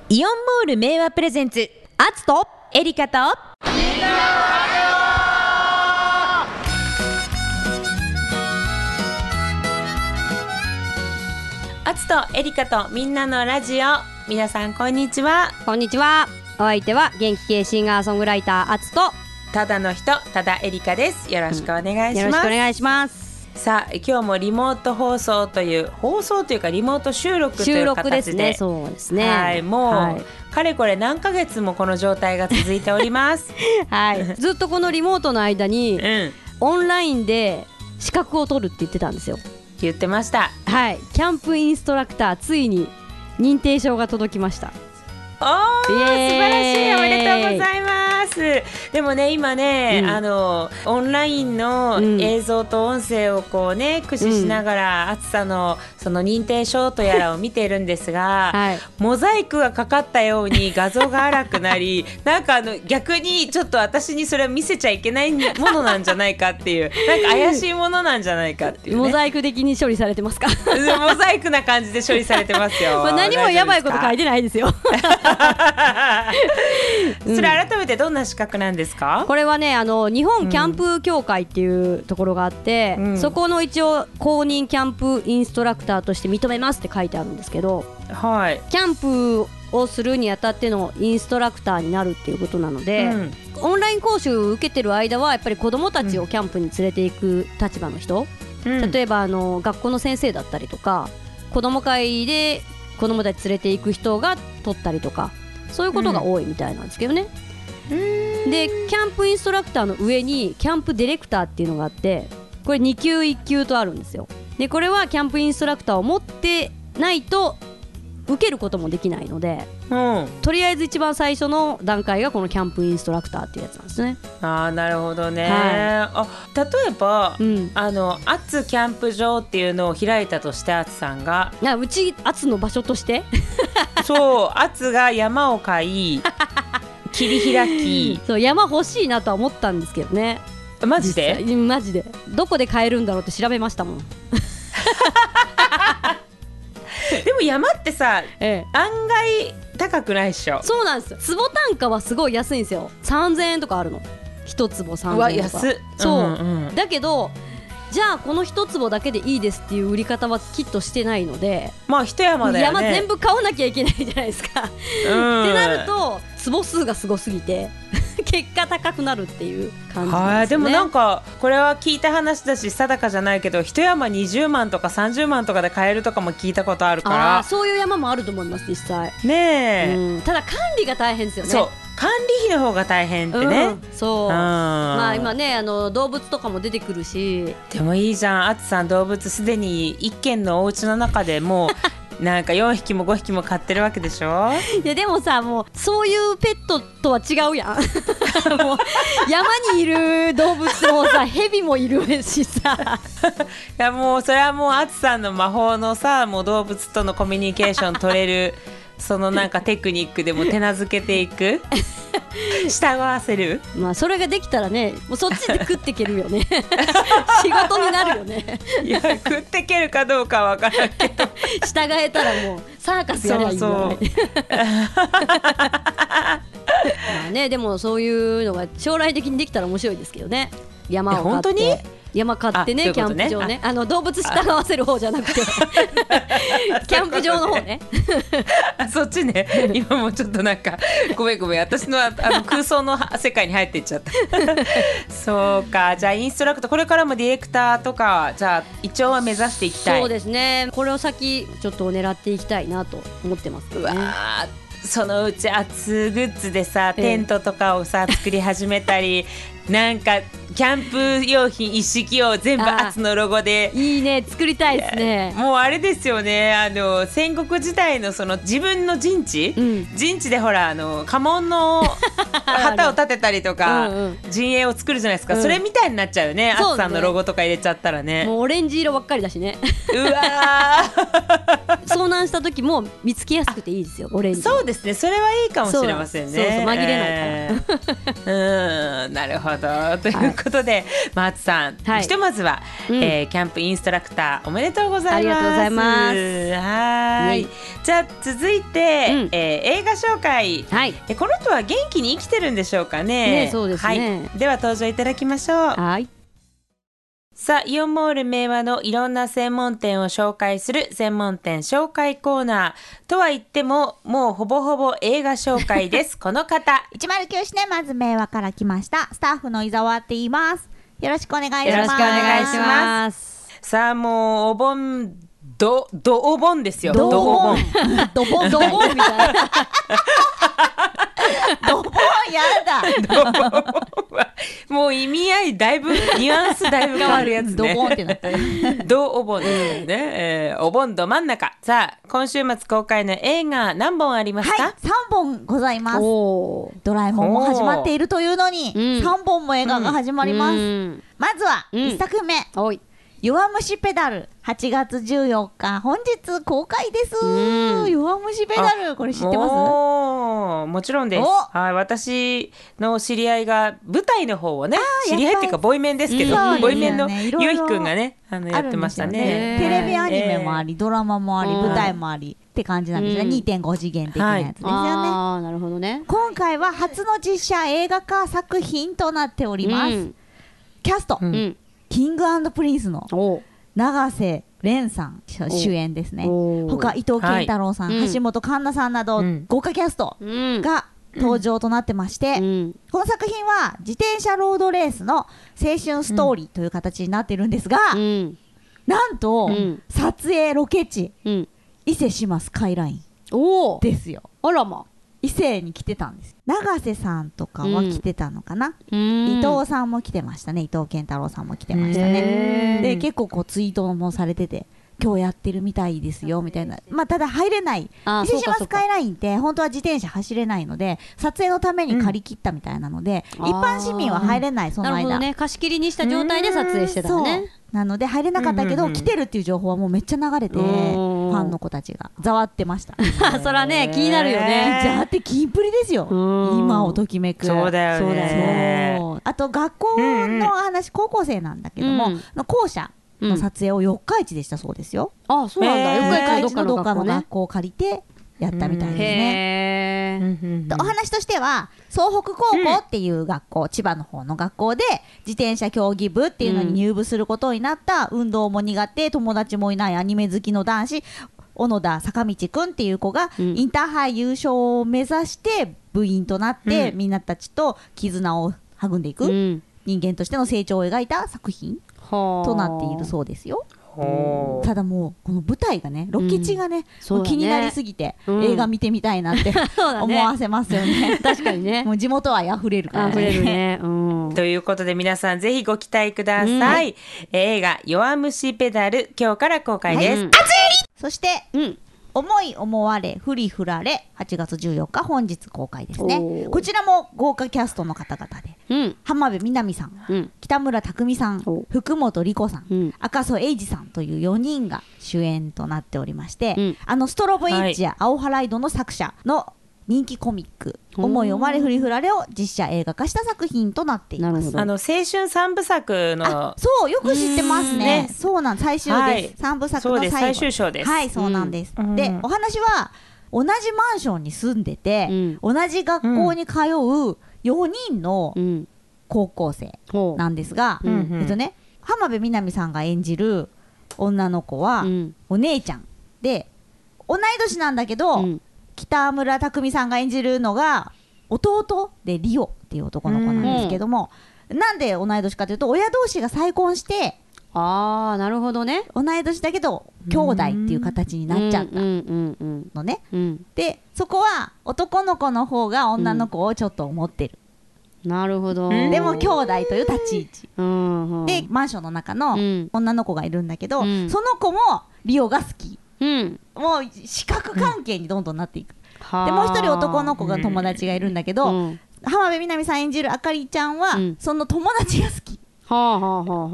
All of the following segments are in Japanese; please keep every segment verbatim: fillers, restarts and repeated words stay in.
イオンモール名和プレゼンツ、アツとエリカとみんなのラジオ。アツとエリカとみんなのラジオ。皆さんこんにちは。 こんにちは。お相手は元気系シンガーソングライターアツとただの人、ただエリカです。よろしくお願いします、うん、 よろしくお願いします。 さあ、今日もリモート放送という放送というかリモート収録という形で、収録ですね。 そうですね。 はい、もう、はい、かれこれ何ヶ月もこの状態が続いておりますはい、ずっとこのリモートの間に、うん、オンラインで資格を取るって言ってたんですよ。 言ってました。 はい、キャンプインストラクター、ついに認定証が届きました。 おー、素晴らしい。おめでとうございます。でもね、今ね、うん、あのオンラインの映像と音声をこうね駆使しながら、あつさのその認定証とやらを見ているんですが、はい、モザイクがかかったように画像が荒くなりなんかあの逆にちょっと私にそれを見せちゃいけないものなんじゃないかっていうなんか怪しいものなんじゃないかっていう、ね、 モザイク的に処理されてますかモザイクな感じで処理されてますよまあ何もやばいこと書いてないですよそれ改めてどんな資格なんですか？ これはね、あの日本キャンプ協会っていうところがあって、うん、そこの一応公認キャンプインストラクターとして認めますって書いてあるんですけど、はい、キャンプをするにあたってのインストラクターになるっていうことなので、うん、オンライン講習を受けてる間はやっぱり子どもたちをキャンプに連れていく立場の人、うん、例えばあの学校の先生だったりとか子ども会で子どもたち連れていく人が取ったりとか、そういうことが多いみたいなんですけどね、うん、でキャンプインストラクターの上にキャンプディレクターっていうのがあって、これに級いっ級とあるんですよ。でこれはキャンプインストラクターを持ってないと受けることもできないので、うん、とりあえず一番最初の段階がこのキャンプインストラクターっていうやつなんですね。 あー、なるほどね、はい、あ例えば、うん、あのアツキャンプ場っていうのを開いたとして、アツさんがいやうちアツの場所としてそう、アツが山を買い切り開きそう山欲しいなとは思ったんですけどね。 マジでマジでどこで買えるんだろうって調べましたもんでも山ってさ、ええ、案外高くないっしょ。 そうなんですよ。坪単価はすごい安いんですよ。さんぜんえんとかあるの。一坪さんぜんえんとか。うわ、安っ。そう、うんうん、だけどじゃあこの一坪だけでいいですっていう売り方はきっとしてないので、 まあ一山だよね。 山全部買わなきゃいけないじゃないですか、うん、ってなると坪数がすごすぎて結果高くなるっていう感じなんですよね。 でもなんかこれは聞いた話だし定かじゃないけど、一山にじゅうまんとかさんじゅうまんとかで買えるとかも聞いたことあるから、 あそういう山もあると思います実際ねえ、 うん、ただ管理が大変ですよね。 そう、管理費の方が大変ってね、うん、 そう、うん、まあ今ねあの動物とかも出てくるし。 でもいいじゃん、あつさん動物すでに一軒のお家の中でもうなんかよんひきもごひきも飼ってるわけでしょいやでもさ、もうそういうペットとは違うやんもう山にいる動物もさヘビもいるしさいやもうそれはもうあつさんの魔法のさ、もう動物とのコミュニケーション取れるそのなんかテクニックでも手なずけていく従わせる、 まあそれができたらね、もうそっちで食っていけるよね仕事になるよねいや食っていけるかどうかは分からんけど従えたらもうサーカスやりゃいいんじゃない。まあね、でもそういうのが将来的にできたら面白いですけどね。山を買って本当に山買ってね、キャンプ場ね、あの動物従わせる方じゃなくてキャンプ場の方ねあそっちね今もうちょっとなんかごめんごめん、私の、あの空想の世界に入っていっちゃったそうか、じゃあインストラクターこれからもディレクターとかじゃあ一応は目指していきたい。 そうですね、これを先ちょっと狙っていきたいなと思ってますけどね。 うわそのうちアツグッズでさテントとかをさ作り始めたりなんかキャンプ用品一式を全部アツのロゴでいいね、作りたいですね。 もうあれですよね、あの戦国時代のその自分の陣地、うん、陣地でほらあの家紋の旗を立てたりとかうん、うん、陣営を作るじゃないですか、うん、それみたいになっちゃうよね、アツさんのロゴとか入れちゃったらね。 もうオレンジ色ばっかりだしねうわ遭難した時も見つけやすくていいですよ、オレンジ。 そうですね、それはいいかもしれませんね。 そうそうそう、紛れないから、 えー、うん、なるほど。ということで、マーツさん、はい、ひとまずは、うんえー、キャンプインストラクターおめでとうございます。ありがとうございます。はい、じゃあ続いて、うんえー、映画紹介、はい、えこの人は元気に生きてるんでしょうかね。 ね、そうですね、 はい、では登場いただきましょう。はい、さあ、イオンモール明和のいろんな専門店を紹介する専門店紹介コーナーとは言っても、もうほぼほぼ映画紹介ですこの方、 いちまるきゅうシネマズ明和から来ましたスタッフの伊沢って言います。よろしくお願いします。 よろしくお願いします。 さあ、もうお盆どどお盆ですよ。どお盆どぼんどぼんみたいなどぼんやだどぼんはもう意味合いだいぶニュアンスだいぶ変わるやつね。 どぼんってなったどお盆ですね、えー、お盆ど真ん中。さあ、今週末公開の映画何本ありますか？ はい、さんぼんございます。ドラえもんも始まっているというのに、うん、さんぼんも映画が始まります、うん、まずはいっさくめ、うん、弱虫ペダル、はちがつじゅうよっか本日公開です。弱虫ペダル、これ知ってます？ も, もちろんです。はい、私の知り合いが舞台の方をね、知り合いっていうかボイメンですけど、うん、ボイメンのゆうひくんがね、あのやってましたね。 テレビアニメもあり、ドラマもあり、舞台もありって感じなんですね、うん、にてんご 次元的なやつですよね、はい、 あ、なるほどね。 今回は初の実写映画化作品となっております、うん、キャスト、うん、キング&プリンスの永瀬廉さん主演ですね。他伊藤健太郎さん、はい、橋本環奈さんなど、うん、豪華キャストが登場となってまして、うん、この作品は自転車ロードレースの青春ストーリーという形になってるんですが、うん、なんと、うん、撮影ロケ地、うん、伊勢志摩スカイラインですよ。 あらま、 伊勢に来てたんです。永瀬さんとかは来てたのかな、うん、伊藤さんも来てましたね。伊藤健太郎さんも来てましたね。で、結構こうツイートもされてて、今日やってるみたいですよみたいな。まあ、ただ入れない、伊勢志摩スカイラインって本当は自転車走れないので、撮影のために借り切ったみたいなので、うん、一般市民は入れない。その間、なるほどね、 貸し切りにした状態で撮影してたのね。 なので入れなかったけど、うんうんうん、来てるっていう情報はもうめっちゃ流れて、ファンの子たちがざわってましたそらね、気になるよね。 じゃあってキンプリですよ、今をときめく。 そうだよね。 そう、あと学校の話、うん、高校生なんだけども、うん、の校舎の撮影を四日市でしたそうですよ。 ああ、そうなんだ。 四日市のどっかの学校を借りてやったみたいですね。へお話としては、総北高校っていう学校、うん、千葉の方の学校で自転車競技部っていうのに入部することになった、うん、運動も苦手、友達もいないアニメ好きの男子小野田坂道くんっていう子が、うん、インターハイ優勝を目指して部員となって、うん、みんなたちと絆を育んでいく、うん、人間としての成長を描いた作品となっているそうですよ。ただもうこの舞台がね、ロケ地がね、うん、気になりすぎて、うん、映画見てみたいなって思わせますよね確かにね、 もう地元愛あふれるからね。 溢れるね、うん、 ということで皆さんぜひご期待ください、うん、映画弱虫ペダル、今日から公開です、はい、 そして、うん思い思われふりふられ、はちがつじゅうよっか本日公開ですね。こちらも豪華キャストの方々で、うん、浜辺美波さん、うん、北村匠海さん、福本莉子さん、うん、赤楚衛二さんというよにんが主演となっておりまして、うん、あのストロボイッチや青ハライドの作者の人気コミック、思い思われふりふられを実写映画化した作品となっています。 あの青春三部作の、 そう、よく知ってますね。そうなん、最終です、はい、さんぶさくの最後、 最終章です。 はい、そうなんです、うん、で、お話は同じマンションに住んでて、うん、同じ学校に通うよにんの高校生なんですが、うん、えっとね、浜辺美波さんが演じる女の子はお姉ちゃんで、同い年なんだけど、うん、北村匠海さんが演じるのが弟でリオっていう男の子なんですけども、うん、なんで同い年かというと、親同士が再婚して、 あー、なるほどね、 同い年だけど兄弟っていう形になっちゃったのね。で、そこは男の子の方が女の子をちょっと思ってる、 うん、なるほど。 でも兄弟という立ち位置、うんうん、でマンションの中の女の子がいるんだけど、うん、その子もリオが好き、うん、もう四角関係にどんどんなっていく、うん、でもう一人男の子が友達がいるんだけど、うん、浜辺美波さん演じるあかりちゃんは、うん、その友達が好き、はあはあはあ、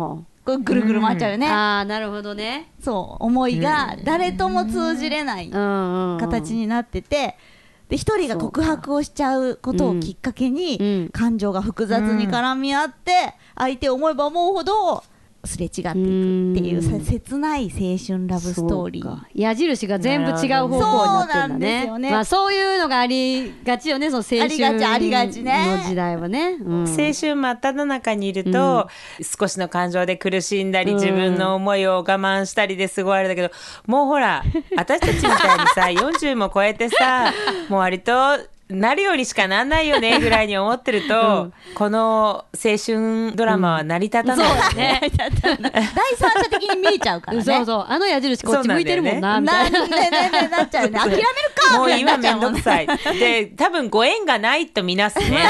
こうぐるぐる回っちゃうよね、うん、 ああなるほどね。 そう思いが誰とも通じれない形になってて、で一人が告白をしちゃうことをきっかけに、うん、感情が複雑に絡み合って、相手を思えば思うほどすれ違っていくっていう切ない青春ラブストーリー。 矢印が全部違う方向になってるんだね。そうなんですよね。まあそういうのがありがちよね、その青春の時代はね、うん、 青春真っ只中にいると、うん、少しの感情で苦しんだり、うん、自分の思いを我慢したりですごいあれだけど、もうほら私たちみたいにさよんじゅうも超えてさもう割となるようにしかなんないよねぐらいに思ってると、うん、この青春ドラマは成り立たない、うん、そうね第三者的に見えちゃうからねそうそうあの矢印こっち向いてるもんなみたいな、 ねねねなっちゃうね諦めるかもう今めんどくさいで多分ご縁がないとみなすね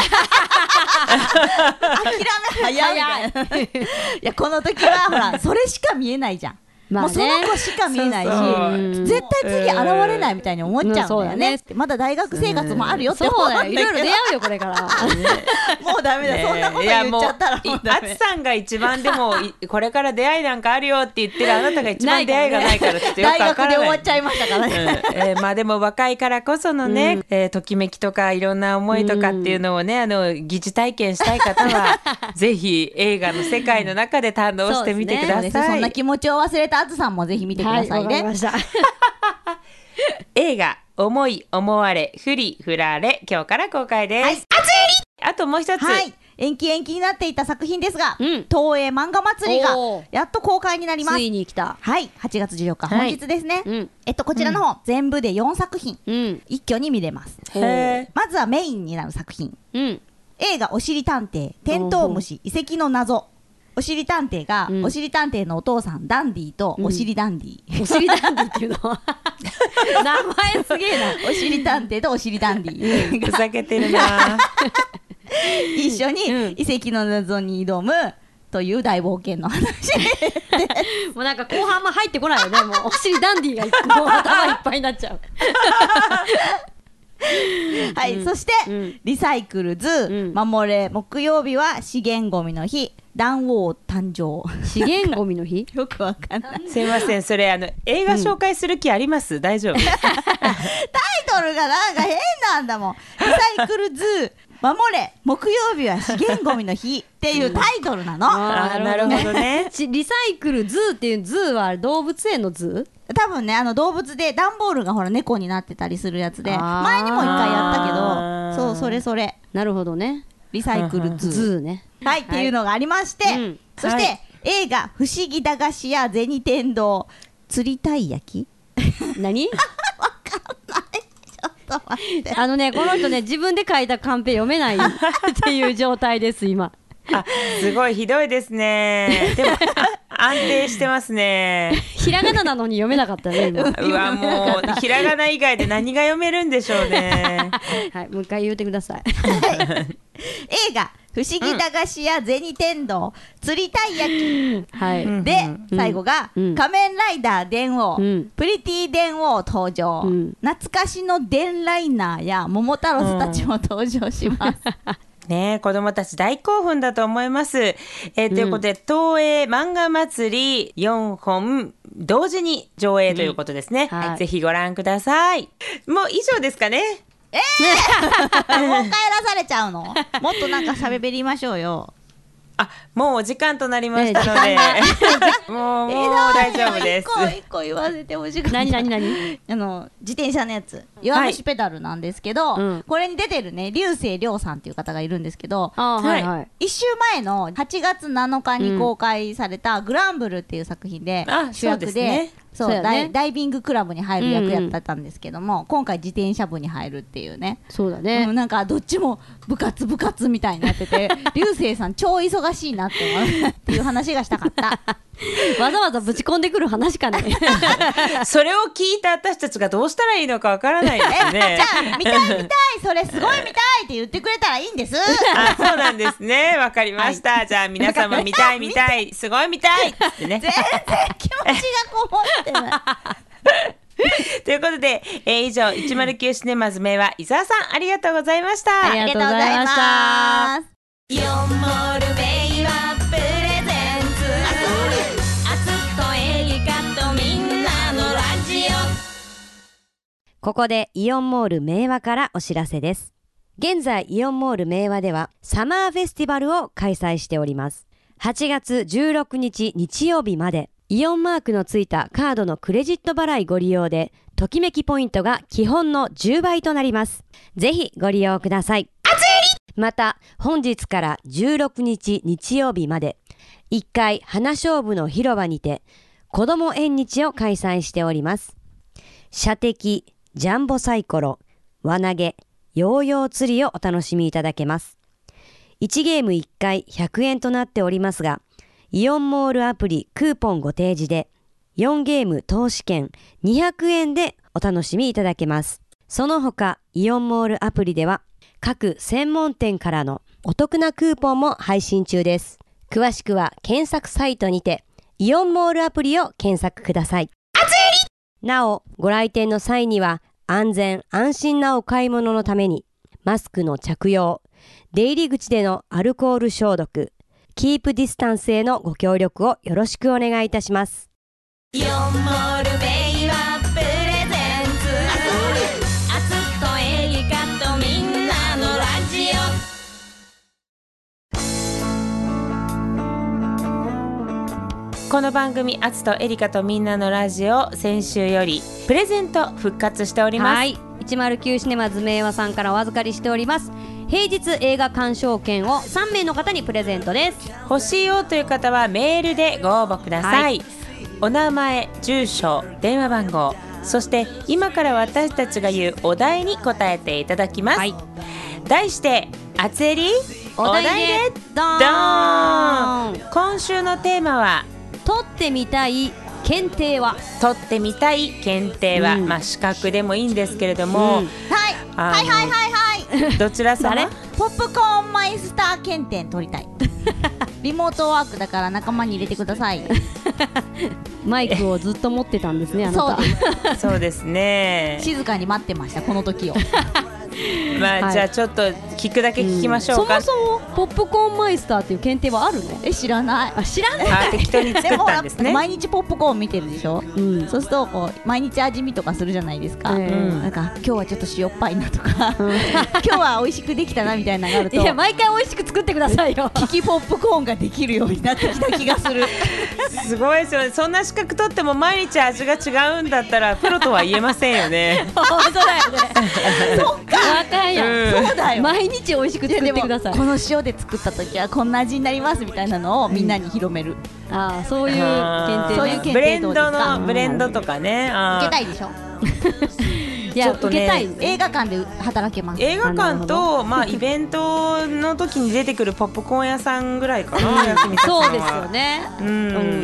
諦め早いいやこの時はほらそれしか見えないじゃん、まあね、もうその子しか見えないしそうそう絶対次現れないみたいに思っちゃうんだよね、うんね、まだ大学生活もあるよって思うんだけど、 いろいろ出会うよこれからもうダメだ、ね、そんなこと言っちゃったらもうダメ。 あつさんが一番でもこれから出会いなんかあるよって言ってるあなたが一番出会いがないからちょっとよくわからない。 大学で終わっちゃいましたからね、 うんえー、まあでも若いからこそのね、うんえー、ときめきとかいろんな思いとかっていうのをね、うん、あの疑似体験したい方はぜひ映画の世界の中で堪能してみてください。 そ, うです、ね、 そんな気持ちを忘れたあつさんもぜひ見てくださいね、はい、わかりました映画思い思われふりふられ今日から公開です、はい、あともう一つ、はい、 延期延期になっていた作品ですが、うん、東映漫画祭りがやっと公開になります。 ついに来た。 はい、はちがつじゅうよっか、はい、本日ですね、うん、えっとこちらの方、うん、全部でよんさくひん、うん、一挙に見れます。へまずはメインになる作品、うん、映画おしり探偵テントウムシ遺跡の謎。おしり探偵が、うん、おしり探偵のお父さんダンディとおしりダンディ、 うん、おしりダンディっていうの名前すげえなおしり探偵とおしりダンディ、 うん、ふざけてるな一緒に遺跡の謎に挑むという大冒険の話もうなんか後半も入ってこないよねもうおしりダンディがもう頭いっぱいになっちゃうはい、うん、そして、うん、リサイクルズ、うん、守れ木曜日は資源ゴミの日卵黄誕生資源ゴミの日よくわかんないすいませんそれあの映画紹介する気あります、うん、大丈夫タイトルがなんか変なんだもんリサイクルズ守れ木曜日は資源ゴミの日っていうタイトルなの、うん、 あなるほどねリサイクルズっていうズは動物園のズ多分ねあの動物で段ボールがほら猫になってたりするやつで前にも一回やったけどそうそれそれなるほどねリサイクルズズねはい、はい、っていうのがありまして、うん、そして、はい、映画不思議駄菓子屋銭天堂釣りたい焼き何わかんないちょっと待ってあのねこの人ね自分で書いたカンペ読めないっていう状態です今あすごいひどいですねでも安定してますねひらがななのに読めなかったね今うわもうひらがな以外で何が読めるんでしょうねはいもう一回言ってください映画不思議駄菓子屋銭天堂釣りたい焼き、はい、で、うん、最後が、うん、仮面ライダー電王、うん、プリティ電王登場、うん、懐かしの電ライナーや桃太郎たちも登場します、 ね、子どもたち大興奮だと思います、えー、ということで、うん、東映漫画祭りよんほん同時に上映ということですね、うんはい、ぜひご覧ください。もう以上ですかね。 えー、もう帰らされちゃうの。もっとなんか喋りましょうよ。 あ、もうお時間となりましたので、もう、もう大丈夫です。 一個一個言わせてほしくて。 何何何あの自転車のやつ弱虫ペダルなんですけど、はいうん、これに出てるね竜星涼さんっていう方がいるんですけど、あ、はいはい、いっしゅうまえのはちがつなのかに公開されたグランブルっていう作品で主役で、そうそう、ね、ダイビングクラブに入る役やったんですけども、うんうん、今回自転車部に入るっていうね。 そうだね、 うん、なんかどっちも部活部活みたいになってて流星さん超忙しいなって思うっていう話がしたかったわざわざぶち込んでくる話かねそれを聞いた私たちがどうしたらいいのかわからないですねじゃあ見たい見たいそれすごい見たいって言ってくれたらいいんですあ、そうなんですね、わかりました、はい、じゃあ皆さんも見たい見たいすごい見たいってね全然気持ちがこもってないということで、えー、以上いちまるきゅうシネマズ名は伊沢さんありがとうございました。 ありがとうございました。 よんモール名はプレゼンツここでイオンモール明和からお知らせです。現在イオンモール明和ではサマーフェスティバルを開催しております。はちがつじゅうろくにち日曜日まで、イオンマークのついたカードのクレジット払いご利用でときめきポイントが基本のじゅうばいとなります。ぜひご利用ください。また本日からじゅうろくにち日曜日までいっかい花勝負の広場にて子ども縁日を開催しております。射的、ジャンボサイコロ、輪投げ、ヨーヨー釣りをお楽しみいただけます。いちゲームいっかいひゃくえんとなっておりますが、イオンモールアプリクーポンご提示でよんゲーム投資券にひゃくえんでお楽しみいただけます。その他イオンモールアプリでは各専門店からのお得なクーポンも配信中です。詳しくは検索サイトにてイオンモールアプリを検索ください。なおご来店の際には安全安心なお買い物のためにマスクの着用、出入り口でのアルコール消毒、キープディスタンスへのご協力をよろしくお願いいたします。 イオンモールベイはプレゼンツ、アツとエリカとみんなのラジオ。この番組アツとエリカとみんなのラジオ、先週よりプレゼント復活しております。はい、 いちまるきゅうシネマズ明和さんからお預かりしております。平日映画鑑賞券をさんめいの方にプレゼントです。 欲しいよという方はメールでご応募ください。はい、お名前、住所、電話番号、そして今から私たちが言うお題に答えていただきます。はい、題してあつえりお題でドーン。今週のテーマは撮ってみたい検定は、 撮ってみたい検定は、うん、まあ資格でもいいんですけれども、うん、 はいはいはいはいはい、 どちら様？ ポップコーンマイスター検定取りたい。リモートワークだから仲間に入れてください。 マイクをずっと持ってたんですね、あなた。 そうですそうですね。 静かに待ってました、この時を。 まあ、はい、じゃあちょっと聞くだけ聞きましょうか。 うん、そもそもポップコーンマイスターっていう検定はあるの？ え、知らない。 あ、知らない。 あ、適当に作ったんですね。 でも毎日ポップコーン見てるでしょ、うん、そうするとこう毎日味見とかするじゃないですか、うん、なんか今日はちょっと塩っぱいなとか、うん、今日は美味しくできたなみたいなのがあると、 いや毎回美味しく作ってくださいよ。 キキポップコーンができるようになってきた気がする。 すごいですよね。そんな資格取っても毎日味が違うんだったらプロとは言えませんよね。 本当だよね。 そっか、 若いよ、うん、そうだよ。毎日美味しく作ってください。 この塩で作った時はこんな味になりますみたいなのをみんなに広める、 うん、ああ、そういう検定、ね、 そういう検定ブレンドのブレンドとかね、あ受けたいでしょ。 いや、受けたい。 映画館で働けます。 映画館と、まあ、イベントの時に出てくるポップコーン屋さんぐらいかな。 そうですよね。 うん、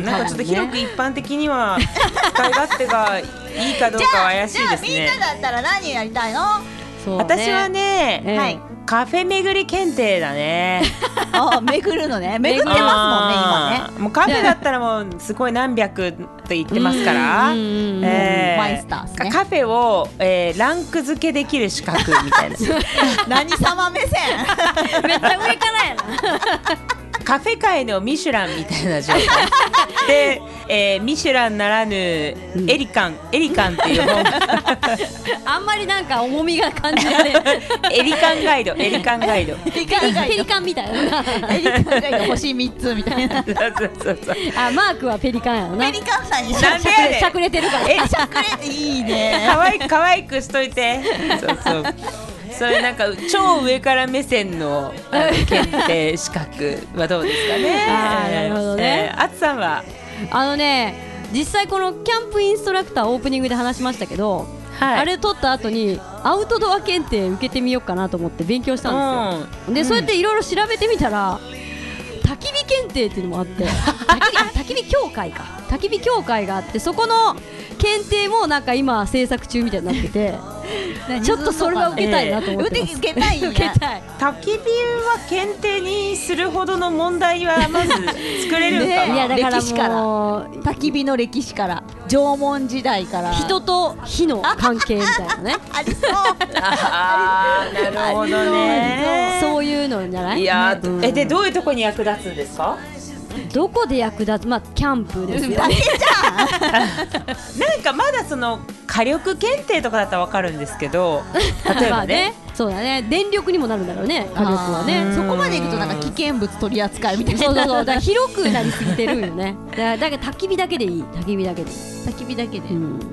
なんかちょっと広く一般的には使い勝手がいいかどうかは怪しいですね。 じゃあみんなだったら何やりたいの？ そうね、私はね、えー、はい、カフェ巡り検定だね。 あ、巡るのね。巡ってますもんね、今ね。 もうカフェだったらもうすごい何百と言ってますから、 えー、マイスターですね。 カフェを、えー、ランク付けできる資格みたいな。 何様目線？ めっちゃ上からやな。 カフェ界のミシュランみたいな状態で、えー、ミシュランならぬエリカン、うん、エリカンっていう本あんまりなんか重みが感じられる。 エリカンガイド、エリカンガイド、 ペリカンみたいな。 エリカンガイド星みっつみたいな。 そうそうそう。 あ、マークはペリカンやろな。 ペリカンさんになんでやねん。 しゃくれてるから。 え、しゃくれいいね。 可愛い可愛くしといて。そうそう。それなんか超上から目線の検定資格はどうですかね。 あー、なるほどね。 あつさんはあのね、実際このキャンプインストラクターオープニングで話しましたけど、はい、あれ取った後にアウトドア検定受けてみようかなと思って勉強したんですよ、うん、で、そうやっていろいろ調べてみたら、焚き火検定っていうのもあって焚き火協会か焚き火協会があって、そこの検定もなんか今制作中みたいになっててちょっとそれは受けたいなと思ってます。 受けたいんや。 受けたい。 焚き火は検定にするほどの問題はまず作れるんかな、 ね、いやだからもう歴史から焚き火の歴史から縄文時代から人と火の関係みたいなね。 ありそう。 あー、なるほどね。 そういうのじゃない？ いや、うん、えでどういうところに役立つんですか？ どこで役立つ、まあキャンプですよね。 だけじゃん。 なんかまだその火力検定とかだったら分かるんですけど、例えばねそうだね、電力にもなるんだろうね、火力はね。 そこまでいくとなんか危険物取り扱いみたいな。 そうそうそう、だから広くなりすぎてるよね。だからだから焚き火だけでいい、焚き火だけでいい、 焚き火だけで、うん、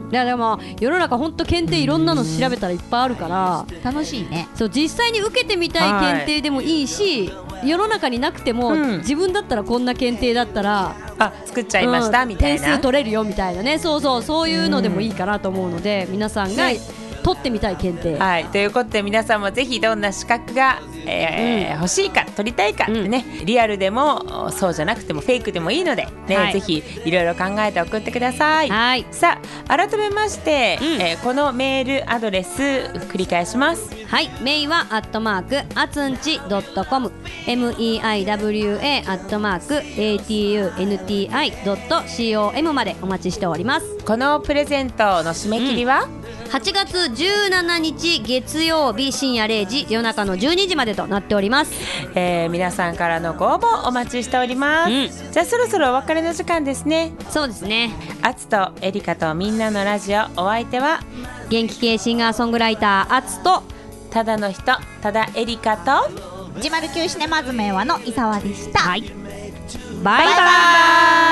だからまあ世の中ほんと検定いろんなの調べたらいっぱいあるから楽しいね。 そう、実際に受けてみたい検定でもいいし、世の中になくても、うん、自分だったらこんな検定だったらあ作っちゃいました、うん、みたいな、 点数取れるよみたいなね、そうそう、そういうのでもいいかなと思うので、皆さんが取ってみたい検定、 はい、ということで皆さんもぜひどんな資格が、えーうん、欲しいか取りたいかってね、うん、リアルでもそうじゃなくてもフェイクでもいいので、ね、はい、ぜひいろいろ考えて送ってください。 はい、 さあ改めまして、うん、えー、このメールアドレス繰り返します。 はい、メイはアットマークあつんち ドットコム メイワ アットマーク アーティーユーエヌティーアイ ドットコム までお待ちしております。 このプレゼントの締め切りは、 うん、はちがつじゅうしちにち月曜日深夜れいじ、夜中のじゅうにじまでとなっております。 えー、皆さんからのご応募お待ちしております、うん、じゃあそろそろお別れの時間ですね。 そうですね。 あつとエリカとみんなのラジオ、お相手は元気系シンガーソングライターあつとただの人、ただエリカといちまるきゅうシネマズ名和の伊沢でした。 はい、バイバイ。